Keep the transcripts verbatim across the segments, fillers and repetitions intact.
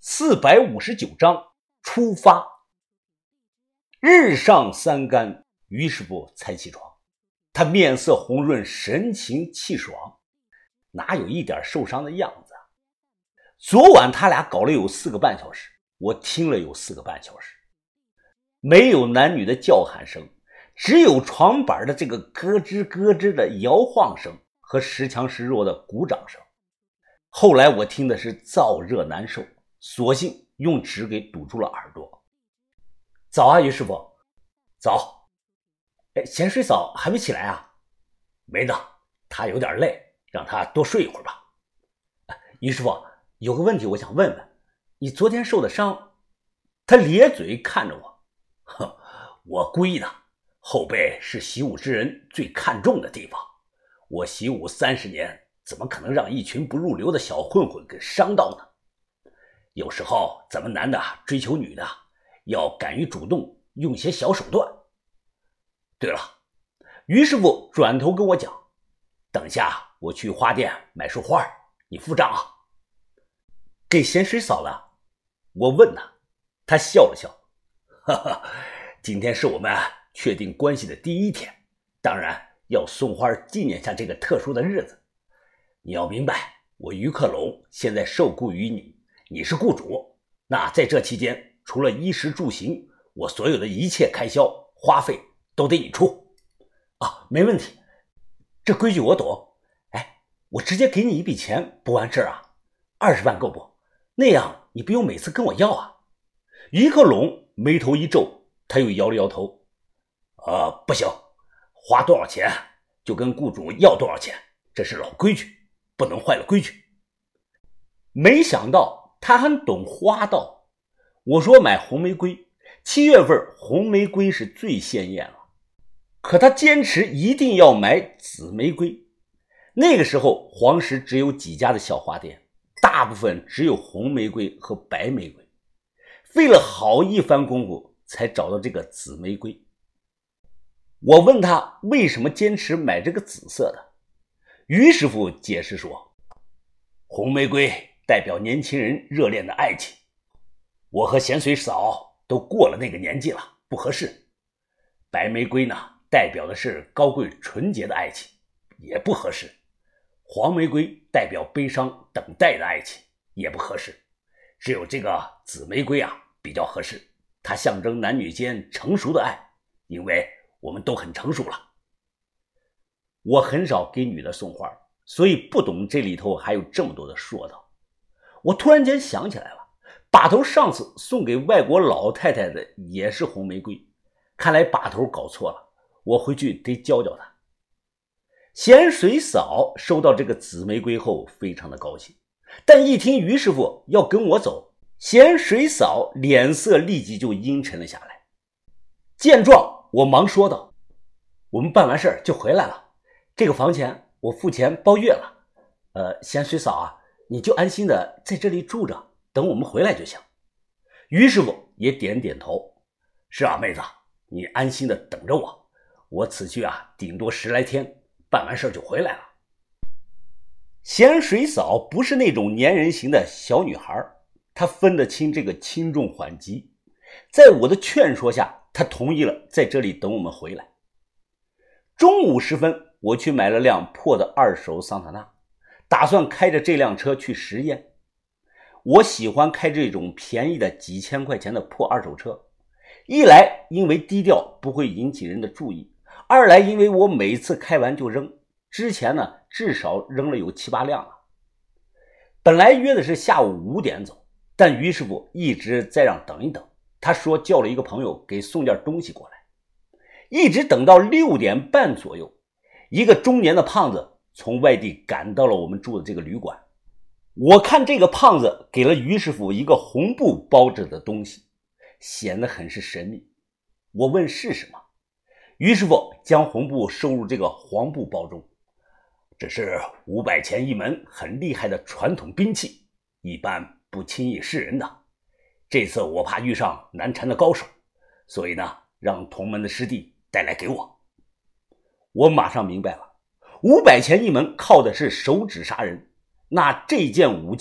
四百五十九章出发。日上三竿，于师傅才起床，他面色红润，神情气爽，哪有一点受伤的样子啊？昨晚他俩搞了有四个半小时，我听了有四个半小时，没有男女的叫喊声，只有床板的这个咯吱咯吱的摇晃声和时强时弱的鼓掌声。后来我听的是燥热难受，索性用纸给堵住了耳朵。早啊，于师傅。早。哎，咸水嫂还没起来啊？没呢，她有点累，让她多睡一会儿吧。于师傅，有个问题我想问问，你昨天受的伤？他咧嘴看着我。哼，我故意的，后背是习武之人最看重的地方，我习武三十年，怎么可能让一群不入流的小混混给伤到呢？有时候咱们男的追求女的，要敢于主动，用些小手段。对了，于师傅转头跟我讲，等下我去花店买束花，你付账啊。给咸水嫂了？我问他，他笑了笑，哈哈，今天是我们确定关系的第一天，当然要送花纪念下这个特殊的日子。你要明白，我于克龙现在受雇于你，你是雇主，那在这期间，除了衣食住行，我所有的一切开销花费都得你出。啊，没问题，这规矩我懂。哎，我直接给你一笔钱不完事啊？二十万够不？那样你不用每次跟我要啊。于克龙眉头一皱，他又摇了摇头。呃，不行，花多少钱就跟雇主要多少钱，这是老规矩，不能坏了规矩。没想到他还懂花道。我说买红玫瑰，七月份红玫瑰是最鲜艳了，可他坚持一定要买紫玫瑰。那个时候黄石只有几家的小花店，大部分只有红玫瑰和白玫瑰，费了好一番功夫才找到这个紫玫瑰。我问他为什么坚持买这个紫色的，于师傅解释说，红玫瑰代表年轻人热恋的爱情，我和咸水嫂都过了那个年纪了，不合适。白玫瑰呢，代表的是高贵纯洁的爱情，也不合适。黄玫瑰代表悲伤等待的爱情，也不合适。只有这个紫玫瑰啊比较合适，它象征男女间成熟的爱，因为我们都很成熟了。我很少给女的送花，所以不懂这里头还有这么多的说道。我突然间想起来了，把头上次送给外国老太太的也是红玫瑰，看来把头搞错了，我回去得教教他。咸水嫂收到这个紫玫瑰后非常的高兴，但一听于师傅要跟我走，咸水嫂脸色立即就阴沉了下来。见状，我忙说道，我们办完事就回来了，这个房钱我付钱包月了，呃，咸水嫂啊，你就安心的在这里住着，等我们回来就行。于师傅也点点头，是啊，妹子，你安心的等着我，我此去啊顶多十来天，办完事就回来了。咸水嫂不是那种粘人型的小女孩，她分得清这个轻重缓急，在我的劝说下，她同意了在这里等我们回来。中午时分，我去买了辆破的二手桑塔纳，打算开着这辆车去实验。我喜欢开这种便宜的几千块钱的破二手车，一来因为低调不会引起人的注意，二来因为我每次开完就扔，之前呢至少扔了有七八辆了。本来约的是下午五点走，但于师傅一直在让等一等，他说叫了一个朋友给送件东西过来，一直等到六点半左右，一个中年的胖子从外地赶到了我们住的这个旅馆。我看这个胖子给了于师傅一个红布包着的东西，显得很是神秘。我问是什么，于师傅将红布收入这个黄布包中，这是五百钱一门很厉害的传统兵器，一般不轻易示人的。这次我怕遇上难缠的高手，所以呢，让同门的师弟带来给我。我马上明白了，五百钱一门靠的是手指杀人，那这件武器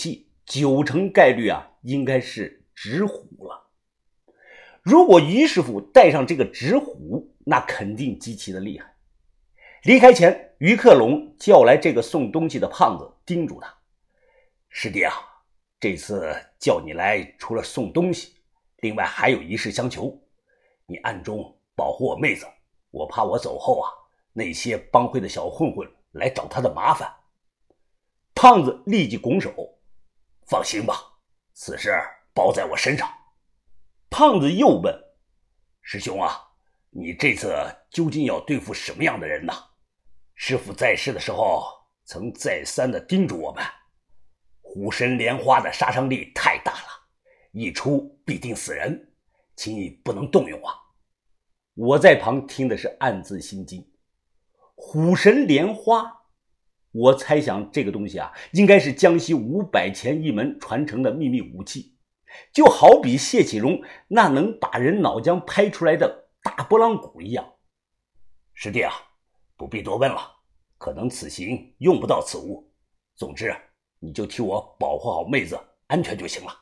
九成概率啊，应该是纸虎了。如果于师傅带上这个纸虎，那肯定极其的厉害。离开前，于克龙叫来这个送东西的胖子，叮嘱他：师弟啊，这次叫你来除了送东西，另外还有一事相求，你暗中保护我妹子，我怕我走后啊，那些帮会的小混混来找他的麻烦。胖子立即拱手：放心吧，此事包在我身上。胖子又问：师兄啊，你这次究竟要对付什么样的人呢？师父在世的时候曾再三的叮嘱我们，虎神莲花的杀伤力太大了，一出必定死人，请你不能动用啊。我在旁听的是暗自心惊。虎神莲花，我猜想这个东西啊，应该是江西五百钱一门传承的秘密武器，就好比谢启荣那能把人脑浆拍出来的大拨浪鼓一样。师弟啊，不必多问了，可能此行用不到此物，总之你就替我保护好妹子安全就行了。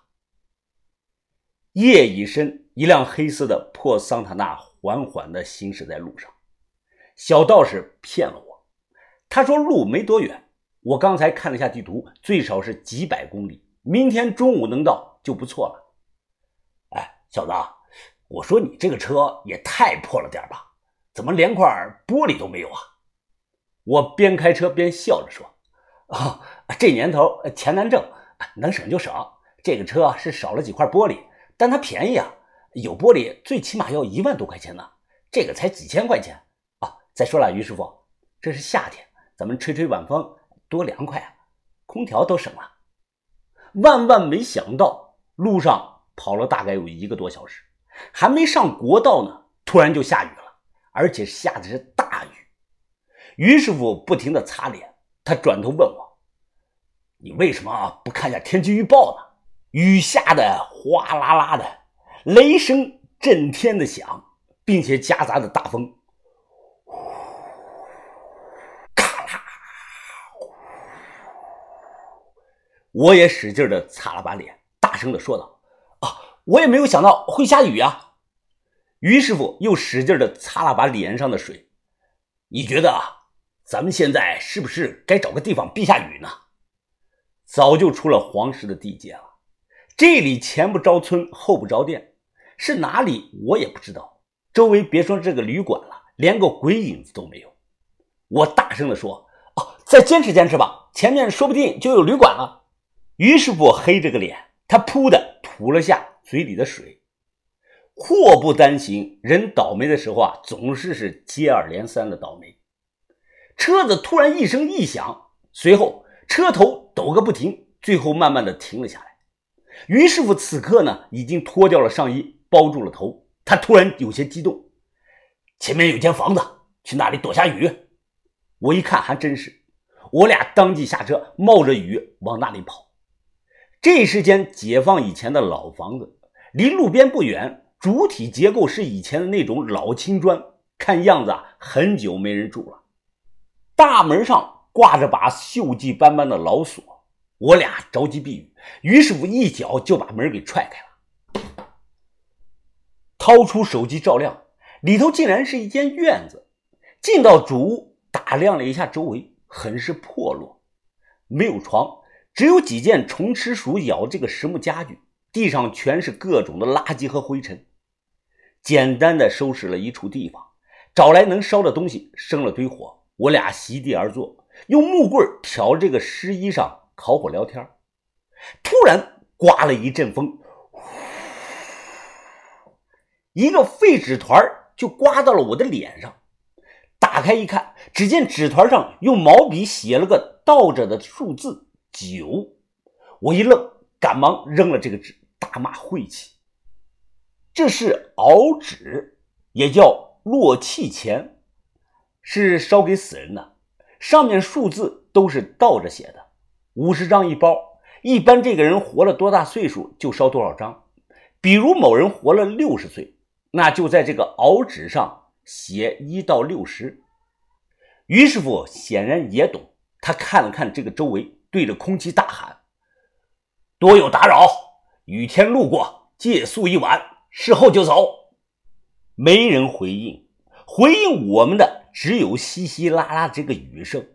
夜已深，一辆黑色的破桑塔纳缓缓地行驶在路上。小道士骗了我，他说路没多远，我刚才看了下地图，最少是几百公里，明天中午能到就不错了。哎，小子，我说你这个车也太破了点吧，怎么连块玻璃都没有啊？我边开车边笑着说：哦，这年头钱难挣，能省就省，这个车是少了几块玻璃，但它便宜啊，有玻璃最起码要一万多块钱呢，这个才几千块钱啊！再说了，于师傅，这是夏天，咱们吹吹晚风多凉快啊，空调都省了。万万没想到，路上跑了大概有一个多小时，还没上国道呢，突然就下雨了，而且下的是大雨。于师傅不停地擦脸，他转头问我：你为什么不看下天气预报呢？雨下的哗啦啦的，雷声震天的响，并且夹杂着大风，咔啦！我也使劲地擦了把脸，大声地说道：啊，我也没有想到会下雨啊！于师傅又使劲地擦了把脸上的水。你觉得啊，咱们现在是不是该找个地方避下雨呢？早就出了黄石的地界了，这里前不着村后不着店，是哪里我也不知道，周围别说这个旅馆了，连个鬼影子都没有。我大声地说：哦，再坚持坚持吧，前面说不定就有旅馆了。于师傅黑着个脸，他噗的吐了下嘴里的水。祸不单行，人倒霉的时候啊，总是是接二连三的倒霉。车子突然一声异响，随后车头抖个不停，最后慢慢的停了下来。于师傅此刻呢，已经脱掉了上衣，包住了头，他突然有些激动：前面有间房子，去那里躲下雨。我一看还真是，我俩当即下车，冒着雨往那里跑。这是间解放以前的老房子，离路边不远，主体结构是以前的那种老青砖，看样子啊，很久没人住了。大门上挂着把锈迹斑斑的老锁，我俩着急避雨，于师傅一脚就把门给踹开了，掏出手机照亮，里头竟然是一间院子。进到主屋，打量了一下周围，很是破落，没有床，只有几件虫吃鼠咬这个实木家具，地上全是各种的垃圾和灰尘。简单的收拾了一处地方，找来能烧的东西，生了堆火，我俩席地而坐，用木棍挑这个湿衣裳烤火聊天。突然刮了一阵风，一个废纸团就刮到了我的脸上。打开一看，只见纸团上用毛笔写了个倒着的数字九。我一愣，赶忙扔了这个纸，大骂晦气。这是熬纸，也叫落气钱，是烧给死人的，上面数字都是倒着写的，五十张一包，一般这个人活了多大岁数就烧多少张。比如某人活了六十岁，那就在这个熬纸上写一到六十。于师傅显然也懂，他看了看这个周围，对着空气大喊： 多有打扰，雨天路过，借宿一晚，事后就走。没人回应，回应我们的只有稀稀拉拉这个雨声。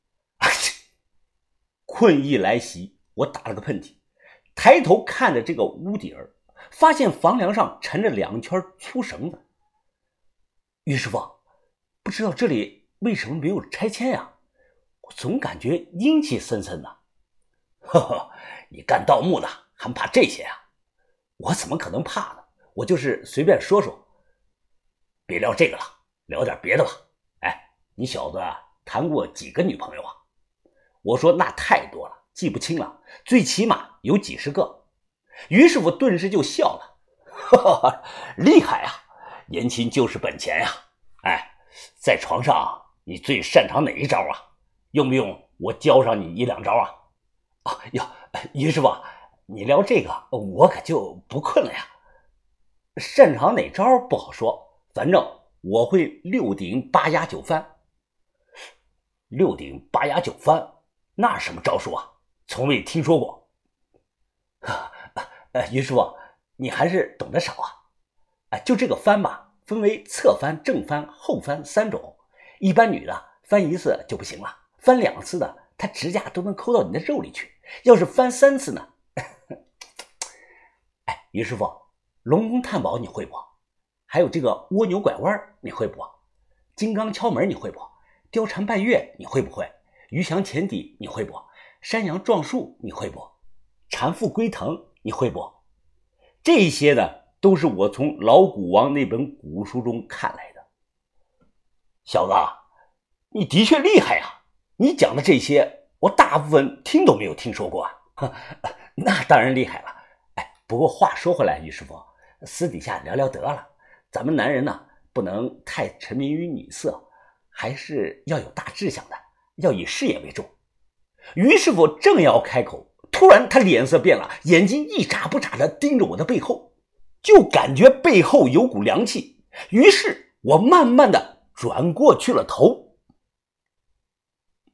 困意来袭，我打了个喷嚏，抬头看着这个屋顶儿，发现房梁上缠着两圈粗绳子。于师傅，不知道这里为什么没有拆迁呀？我总感觉阴气森森的。呵呵，你干盗墓的还怕这些啊？我怎么可能怕呢？我就是随便说说。别聊这个了，聊点别的吧。哎，你小子谈过几个女朋友啊？我说那太多了，记不清了，最起码有几十个。于师傅顿时就笑了，呵呵，厉害啊，年轻就是本钱呀。哎，在床上你最擅长哪一招啊？用不用我教上你一两招啊？啊哟，于师傅，你聊这个我可就不困了呀。擅长哪招不好说，反正我会六顶八压九翻。六顶八压九翻，那什么招数啊？从未听说过。呃，于师傅，你还是懂得少啊。啊，就这个翻吧，分为侧翻、正翻、后翻三种。一般女的翻一次就不行了，翻两次的，她指甲都能抠到你的肉里去。要是翻三次呢？哎，于师傅，龙宫探宝你会不？还有这个蜗牛拐弯你会不？金刚敲门你会不？貂蝉拜月你会不会？鱼翔浅底你会不？山羊撞树你会不？蝉腹龟腾你会不？这些呢，都是我从老古王那本古书中看来的。小子，你的确厉害啊！你讲的这些，我大部分听都没有听说过啊。那当然厉害了。哎，不过话说回来，于师傅，私底下聊聊得了。咱们男人呢，不能太沉迷于女色，还是要有大志向的，要以事业为重。于师傅正要开口，突然他脸色变了，眼睛一眨不眨地盯着我的背后，就感觉背后有股凉气。于是我慢慢地转过去了头。